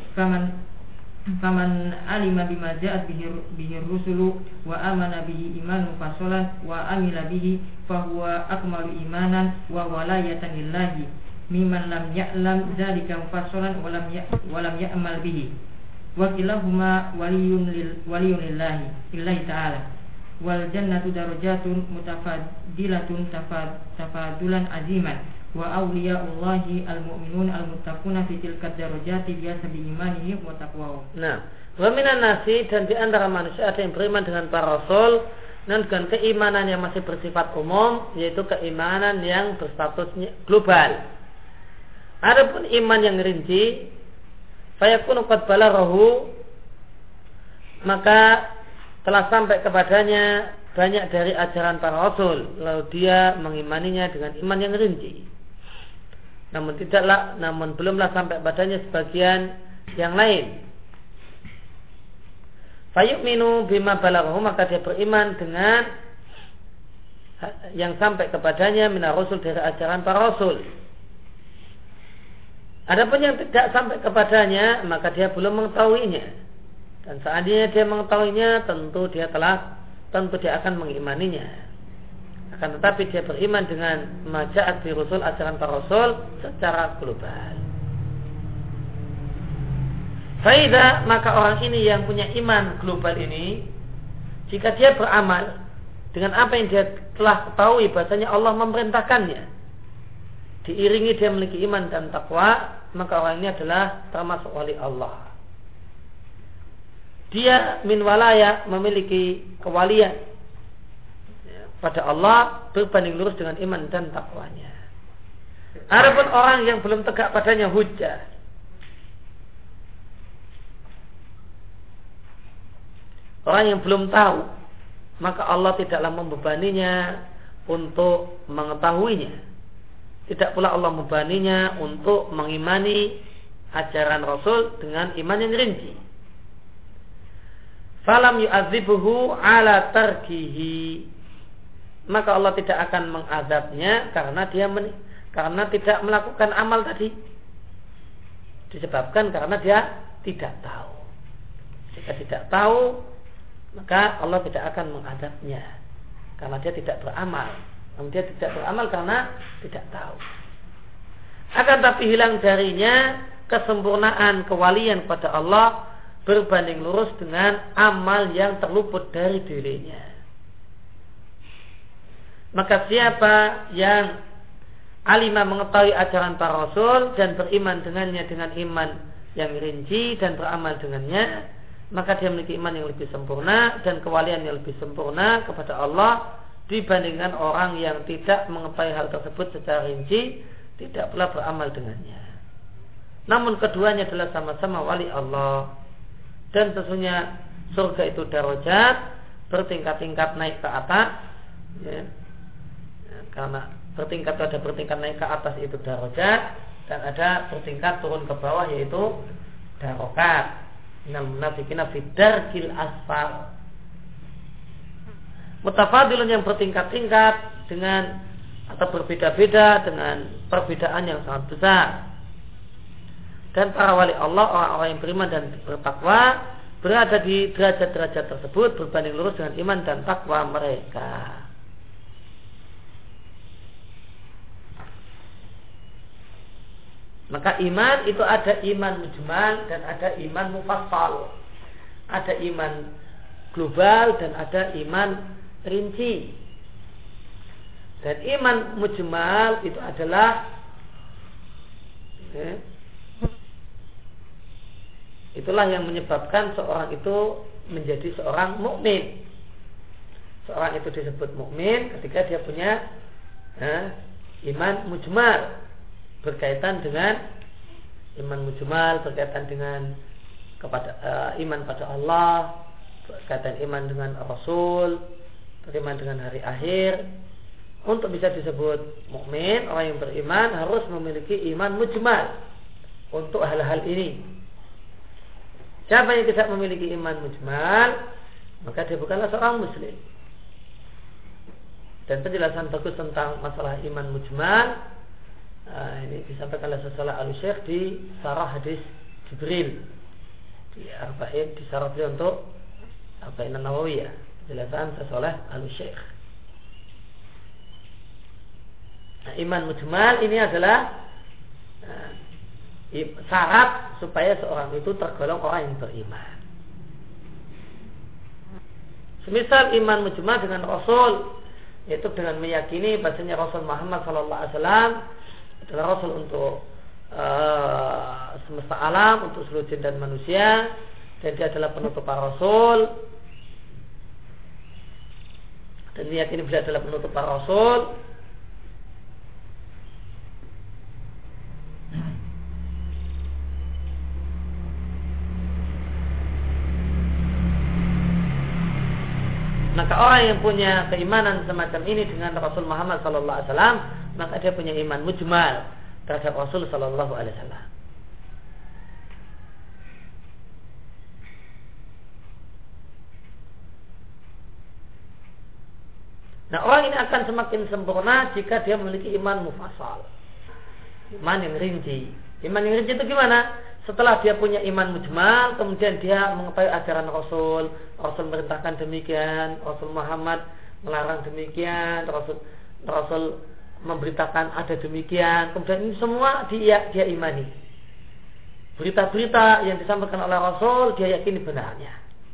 faman alima bima ja'at bihi rusulu wa amana bihi iman mufassalan wa amila bihi fahuwa akmalu imanan wa walayatan lillahi mimman lam ya'lam zalika mufassalan wa lam ya'mal bihi wa kilahuma waliyun lillahi ta'ala wal jannatu darajatun mutafadilatun tafadulan aziman wa awliya'ullahi al-mu'minun al-muttaquna fi tilka darajati biasa bi imanihi wa taqwahu. Nah, wa minan nasi, dan di antara manusia ada yang beriman dengan para rasul dan dengan keimanan yang masih bersifat umum, yaitu keimanan yang berstatusnya global. Adapun iman yang rinci, fayakunu qad balaghahu, maka telah sampai kepadanya banyak dari ajaran para rasul, lalu dia mengimaninya dengan iman yang rinci. Namun belumlah sampai padanya sebagian yang lain. Fayu'minu bima balaghahu, maka dia beriman dengan yang sampai kepadanya minar rasul, dari ajaran para rasul. Adapun yang tidak sampai kepadanya, maka dia belum mengetahuinya. Dan seandainya dia mengetahuinya, tentu dia akan mengimaninya. Akan tetapi dia beriman dengan maja'at bi rusul, ajaran para rasul secara global. Faida, maka orang ini yang punya iman global ini, jika dia beramal dengan apa yang dia telah ketahui bahasanya Allah memerintahkannya, diiringi dia memiliki iman dan takwa, maka orang ini adalah termasuk wali Allah. Dia min walaya, memiliki kewalian pada Allah berbanding lurus dengan iman dan takwanya. Adapun orang yang belum tegak padanya hujjah, orang yang belum tahu, maka Allah tidaklah membebaninya untuk mengetahuinya. Tidak pula Allah membebaninya untuk mengimani ajaran Rasul dengan iman yang rinci. Falam yu'adzibuhu ala tarkihi, maka Allah tidak akan mengazabnya karena tidak melakukan amal tadi, disebabkan karena dia tidak tahu. Jika tidak tahu, maka Allah tidak akan mengazabnya karena dia tidak beramal. Namun dia tidak beramal karena tidak tahu. Akan tapi hilang darinya kesempurnaan kewalian pada Allah berbanding lurus dengan amal yang terluput dari dirinya. Maka siapa yang alima mengetahui ajaran para rasul dan beriman dengannya dengan iman yang rinci dan beramal dengannya, maka dia memiliki iman yang lebih sempurna dan kewalian yang lebih sempurna kepada Allah dibandingkan orang yang tidak mengetahui hal tersebut secara rinci, tidak pula beramal dengannya. Namun keduanya adalah sama-sama wali Allah, dan sesungguhnya surga itu darajat, bertingkat-tingkat naik ke atas, ya. Karena ada bertingkat naik ke atas itu darajat, dan ada bertingkat turun ke bawah yaitu darokat. Innal munafiqina fid darkil asfal. Mutafadilun yang bertingkat-tingkat dengan atau berbeda-beda dengan perbedaan yang sangat besar. Dan para wali Allah, orang-orang yang beriman dan bertakwa, berada di derajat-derajat tersebut berbanding lurus dengan iman dan takwa mereka. Maka iman itu ada iman mujmal dan ada iman mufassal. Ada iman global dan ada iman rinci. Dan iman mujmal itu adalah itulah yang menyebabkan seorang itu menjadi seorang mukmin. Seorang itu disebut mukmin ketika dia punya iman mujmal, berkaitan dengan iman mujmal, berkaitan dengan iman pada Allah, berkaitan iman dengan Rasul, beriman dengan hari akhir. Untuk bisa disebut mukmin, orang yang beriman harus memiliki iman mujmal untuk hal-hal ini. Siapa yang tidak memiliki iman mujmal, maka dia bukanlah seorang muslim. Dan penjelasan bagus tentang masalah iman mujmal ini disampaikan oleh Salah Al-Syekh di Sarah Hadis Jibril di Arba'in, di Sarah beliau untuk Arba'in An-Nawawiyah, penjelasan Salah Al-Syekh. Iman mujmal ini adalah syarat supaya seorang itu tergolong orang yang beriman. Semisal iman mujmal dengan Rasul, yaitu dengan meyakini bahasanya Rasul Muhammad SAW adalah Rasul untuk semesta alam, untuk seluruh jin dan manusia, dan dia adalah penutup para Rasul, dan meyakini beliau adalah penutup para Rasul. Maka orang yang punya keimanan semacam ini dengan Rasul Muhammad SAW, maka dia punya iman mujmal terhadap Rasul SAW. Nah, orang ini akan semakin sempurna jika dia memiliki iman mufassal, iman yang rinci. Iman yang rinci itu gimana? Setelah dia punya iman mujmal, kemudian dia mengetahui ajaran Rasul, Rasul merintahkan demikian, Rasul Muhammad melarang demikian, Rasul memberitakan ada demikian, kemudian ini semua dia imani. berita-berita yang disampaikan oleh Rasul dia yakini benarnya.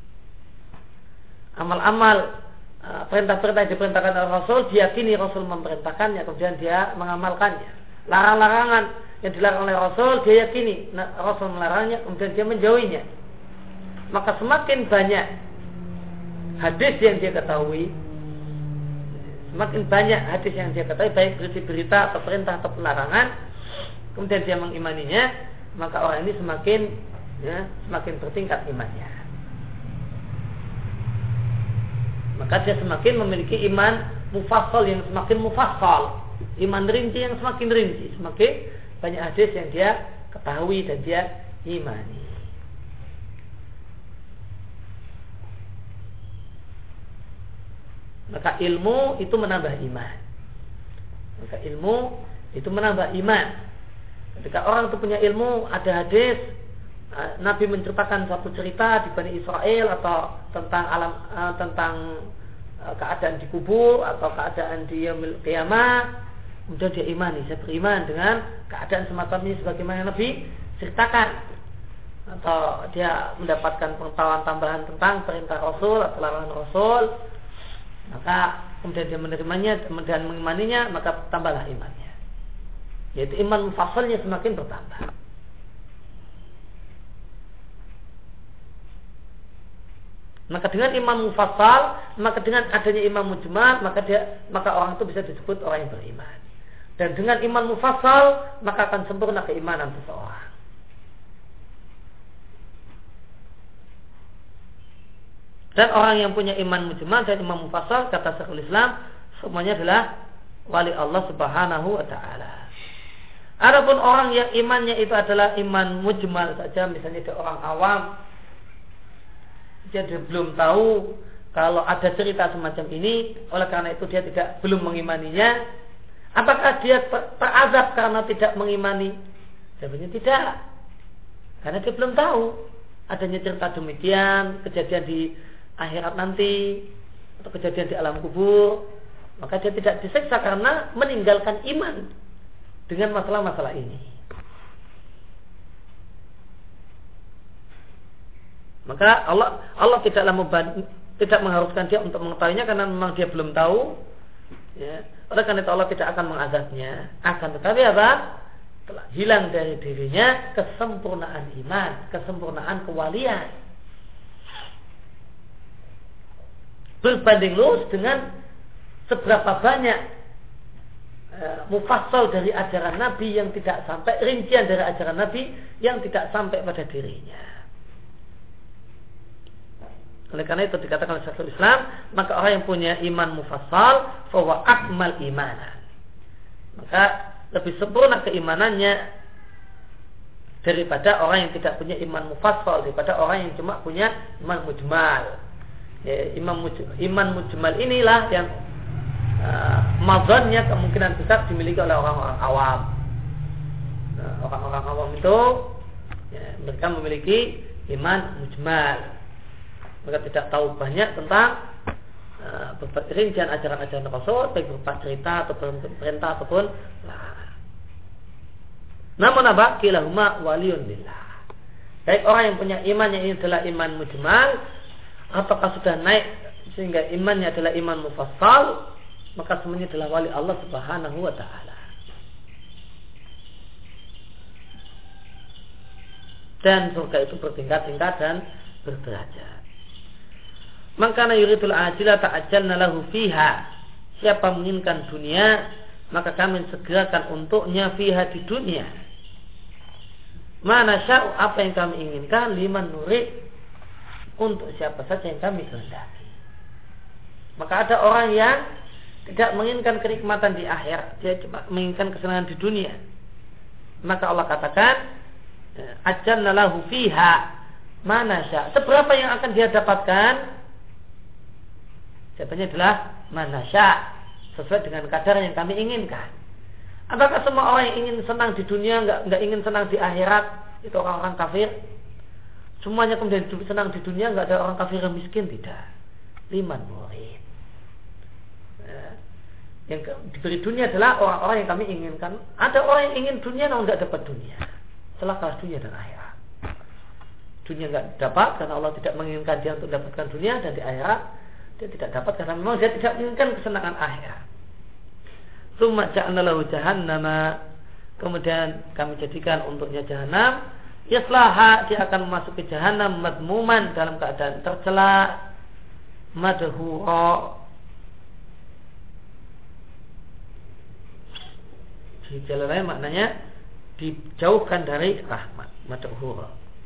Amal-amal perintah-perintah yang diperintahkan oleh Rasul diyakini Rasul memerintahkannya, kemudian dia mengamalkannya. Larang-larangan yang dilarang oleh Rasul dia yakini Rasul melarangnya, kemudian dia menjauhinya. Maka semakin banyak hadis yang dia ketahui, semakin banyak hadis yang dia ketahui, baik berita atau perintah atau pelarangan, kemudian dia mengimaninya, maka orang ini semakin bertingkat imannya. Maka dia semakin memiliki iman mufassal yang semakin mufassal, iman rinci yang semakin rinci, semakin banyak hadis yang dia ketahui dan dia imani. Maka ilmu itu menambah iman. Maka ilmu itu menambah iman. Ketika orang itu punya ilmu, ada hadis Nabi menceritakan suatu cerita di Bani Israel atau tentang keadaan di kubur atau keadaan di yaumil qiyamah, kemudian dia imani, saya beriman dengan keadaan semacam ini sebagaimana Nabi ceritakan, atau dia mendapatkan pengetahuan tambahan tentang perintah Rasul atau larangan Rasul, maka kemudian dia menerimanya dan mengimaninya, maka tambahlah imannya, yaitu iman mufassalnya semakin bertambah. Maka dengan imam mufassal, maka dengan adanya imam mujmal, maka orang itu bisa disebut orang yang beriman. Dan dengan imam mufassal, maka akan sempurna keimanan seseorang. Dan orang yang punya iman mujmal dan imam mufassal, kata Syekhul Islam, semuanya adalah wali Allah Subhanahu wa taala. Adapun orang yang imannya itu adalah iman mujmal saja, misalnya dia orang awam, dia belum tahu kalau ada cerita semacam ini, oleh karena itu dia belum mengimaninya. Apakah dia terazab karena tidak mengimani? Jawabannya tidak, karena dia belum tahu adanya cerita demikian, kejadian di akhirat nanti atau kejadian di alam kubur. Maka dia tidak disiksa karena meninggalkan iman dengan masalah-masalah ini. Maka Allah tidak mengharuskan dia untuk mengetahuinya karena memang dia belum tahu. Ya. Oleh karena itu Allah tidak akan mengazabnya. Akan tetapi apa? Telah hilang dari dirinya kesempurnaan iman, kesempurnaan kewalian. Berbanding lurus dengan seberapa banyak mufassal dari ajaran Nabi yang tidak sampai, rincian dari ajaran Nabi yang tidak sampai pada dirinya. Oleh karena itu dikatakan oleh Syekhul Islam, maka orang yang punya iman mufassal fahuwa akmal imanan, maka lebih sempurna keimanannya daripada orang yang tidak punya iman mufassal, daripada orang yang cuma punya iman mujmal. Ya, iman mujmal inilah yang mazannya kemungkinan besar dimiliki oleh orang-orang awam. Nah, orang-orang awam itu ya, mereka memiliki iman mujmal, mereka tidak tahu banyak tentang rincian ajaran-ajaran Rasul, baik berupa cerita atau perintah ataupun larangan. Namun apa? Kilahuma waliyun lillah. Baik orang yang punya iman yang ini adalah iman mujmal, ataukah sudah naik sehingga imannya adalah iman mufassal, maka semuanya adalah wali Allah Subhanahu wa taala. Dan surga itu bertingkat-tingkat dan berderajat. Maka yuridul ajila ta'ajjalna lahu fiha. Siapa menginginkan dunia, maka kami segerakan untuknya fiha di dunia. Mana sya'u, apa yang kami inginkan, liman nurid, untuk siapa saja yang kami kehendaki. Maka ada orang yang tidak menginginkan kenikmatan di akhirat, dia cuma menginginkan kesenangan di dunia. Maka Allah katakan, ajjalna lahu fiha mana sya'. Seberapa yang akan dia dapatkan? Jawabannya adalah manasya, sesuai dengan kadar yang kami inginkan. Apakah semua orang yang ingin senang di dunia nggak ingin senang di akhirat? Itu orang-orang kafir. Semuanya kemudian senang di dunia, nggak ada orang kafir yang miskin, tidak. Liman murid. Yang diberi dunia adalah orang-orang yang kami inginkan. Ada orang yang ingin dunia namun nggak dapat dunia. Celaka dunia dan akhirat. dunia nggak dapat karena Allah tidak menginginkan dia untuk mendapatkan dunia, dan di akhirat dia tidak dapat karena memang dia tidak menginginkan kesenangan akhirat. Tsumma ja'alna lahu jahannama, kemudian kami jadikan untuknya jahanam, yaslaha, dia akan memasuki jahanam madmuman, dalam keadaan tercela, madhura, di jalan lain maknanya dijauhkan dari rahmat, madhura,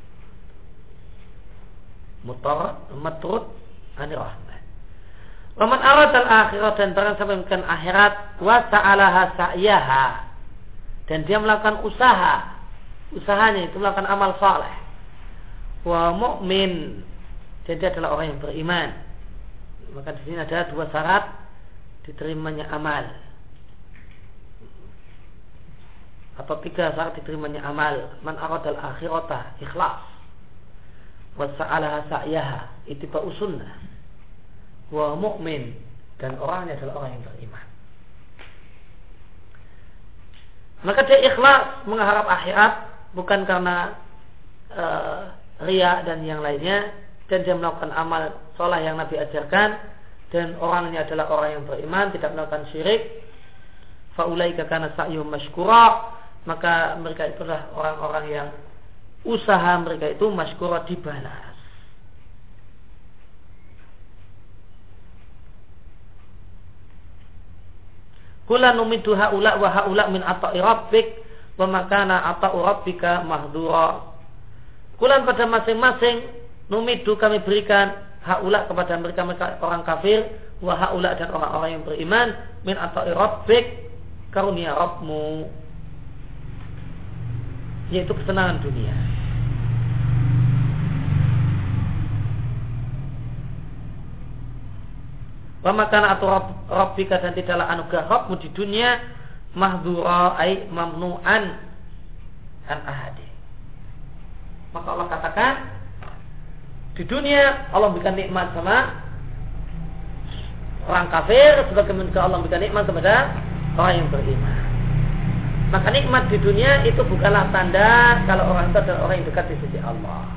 matrud ani rahmat. Waman aradal akhirat, dan barang siapa yang akhirat, wa sa'alaha sa'yaha, dan dia melakukan usahanya itu melakukan amal saleh, wa mu'min, dan dia adalah orang yang beriman. Maka di sini ada dua syarat diterimanya amal, atau tiga syarat diterimanya amal. Man aradal akhirata, ikhlas, wa sa'alaha sa'yaha, ittiba'u sunnah, wa mu'min, dan orangnya adalah orang yang beriman. Maka dia ikhlas mengharap akhirat, bukan karena riya dan yang lainnya, dan dia melakukan amal saleh yang Nabi ajarkan, dan orangnya adalah orang yang beriman, tidak melakukan syirik. Faulaika kana sa'yuhum mashkura, maka mereka itulah orang-orang yang usaha mereka itu mashkura, dibalas. Kula numidu haula wa haula min ata'i rabbik wa makana ata'u rabbika mahdura. Kulan pada masing-masing, numidu kami berikan, haula kepada mereka orang kafir, wa haula dan orang-orang yang beriman, min ata'i rabbik, karunia Rabbmu, yaitu kesenangan dunia. Wa makana atau rabbika, dan tidaklah anugerah Rabbmu di dunia, mahdura ay mamnu'an an ahadi. Maka Allah katakan di dunia Allah berikan nikmat sama orang kafir, sebagaimana Allah berikan nikmat kepada orang yang beriman. Maka nikmat di dunia itu bukanlah tanda kalau orang itu adalah orang yang dekat di sisi Allah.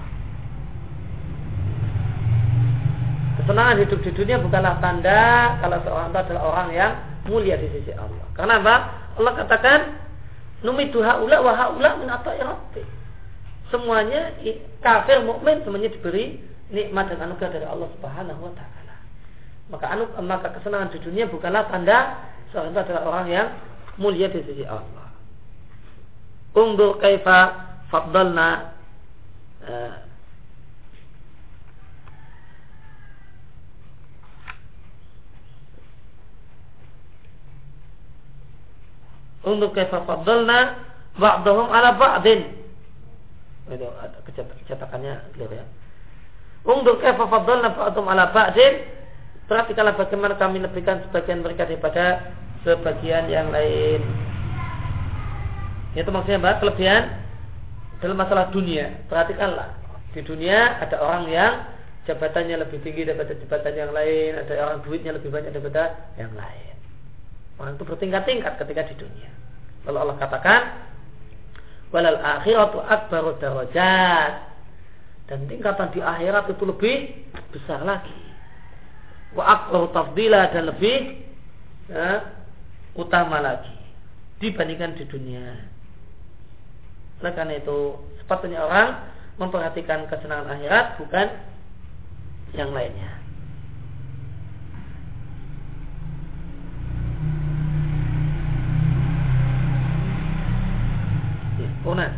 Kesenangan hidup di dunia bukanlah tanda kalau seorang itu adalah orang yang mulia di sisi Allah. Karena apa? Allah katakan numidu haula wa haula min ata'i rabbik. Semuanya kafir, mukmin semuanya diberi nikmat dan anugerah dari Allah Subhanahu wa taala. Maka kesenangan di dunia bukanlah tanda seorang itu adalah orang yang mulia di sisi Allah. Undur kaifa faddalna untuk kaifa faddalna ba'dahum ala ba'din. Itu ada kecetakannya clear ya. Untuk kaifa faddalna ba'dahum ala ba'din, perhatikanlah bagaimana kami lebihkan sebagian mereka daripada sebagian yang lain. Itu maksudnya apa? Kelebihan dalam masalah dunia. Perhatikanlah, di dunia ada orang yang jabatannya lebih tinggi daripada jabatan yang lain, ada orang duitnya lebih banyak daripada yang lain. Orang itu bertingkat-tingkat ketika di dunia. Lalu Allah katakan, walal akhiratu akbaru darajat, dan tingkatan di akhirat itu lebih besar lagi. Wa akbaru tafdila, dan lebih utama lagi dibandingkan di dunia. Oleh karena itu sepatutnya orang memperhatikan kesenangan akhirat, bukan yang lainnya. Una.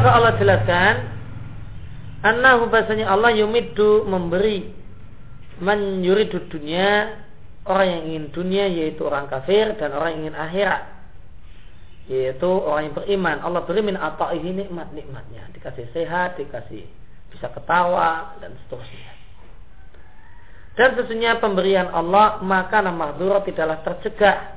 maka Allah jelaskan annahu bahasanya Allah yumiddu memberi man yuridu dunya, orang yang ingin dunia yaitu orang kafir, dan orang yang ingin akhirat yaitu orang yang beriman. Allah beri min ata'ihi nikmat-nikmatnya, dikasih sehat, dikasih bisa ketawa dan seterusnya. Dan sesungguhnya pemberian Allah maka mahdhura tidaklah tercegah,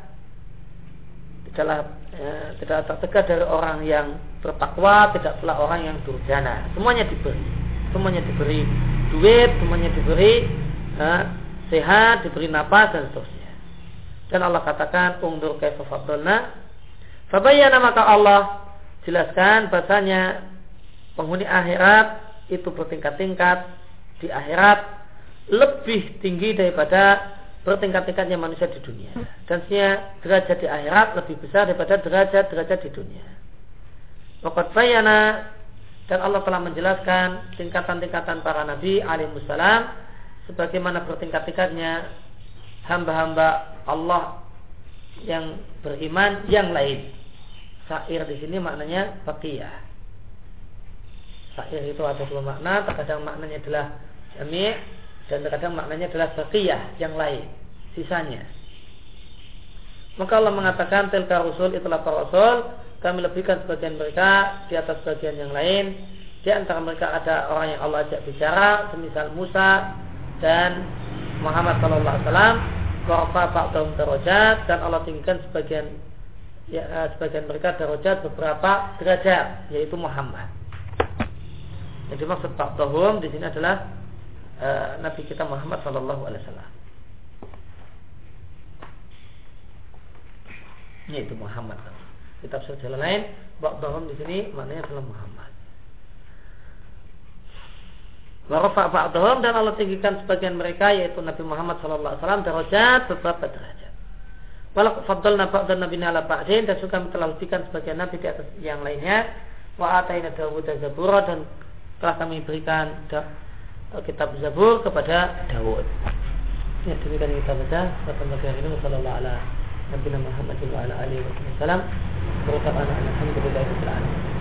tidaklah tercegah dari orang yang bertakwa, tidak pula orang yang durjana. Semuanya diberi duit, semuanya diberi sehat, diberi napas dan seterusnya. Dan Allah katakan ungdur kaifa faddalna, fabayyana, maka Allah jelaskan bahasanya penghuni akhirat itu bertingkat-tingkat, di akhirat lebih tinggi daripada bertingkat-tingkatnya manusia di dunia, dan sebenarnya derajat di akhirat lebih besar daripada derajat di dunia. Waqad bayyana, dan Allah telah menjelaskan tingkatan-tingkatan para nabi alaihissalam sebagaimana bertingkat-tingkatnya hamba-hamba Allah yang beriman yang lain. Sa'ir di sini maknanya baqiyah. Sa'ir itu ada dua makna, terkadang maknanya adalah jami' dan terkadang maknanya adalah baqiyah, yang lain, sisanya. Maka Allah mengatakan tilka rusul, itulah para rasul, kami lebihkan sebagian mereka di atas sebagian yang lain. Di antara mereka ada orang yang Allah ajak bicara, semisal Musa dan Muhammad sallallahu alaihi wasallam, wa rafa'a ba'dahum darajat, dan Allah tinggikan sebagian mereka darajat, beberapa derajat, yaitu Muhammad. Yang dimaksud ba'dahum di sini adalah Nabi kita Muhammad sallallahu alaihi wasallam, yaitu Muhammad. Kitab sejalan lain ba'dahum di sini maknanya adalah Muhammad. Wa rafa'a ba'dahum, dan Allah tinggikan sebagian mereka yaitu Nabi Muhammad sallallahu alaihi wasallam darajat, beberapa derajat. Walaqad faddalna ba'dan nabiyina ala ba'din, dan juga telah lebihkan sebagian nabi di atas yang lainnya. Wa ataina Dawuda zabura, dan telah kami berikan kitab Zabur kepada Daud. Ya, demikian kita baca pada pagi hari ini. Sallallahu ala nabiyina Muhammad wa ala alihi wasallam. Alhamdulillah.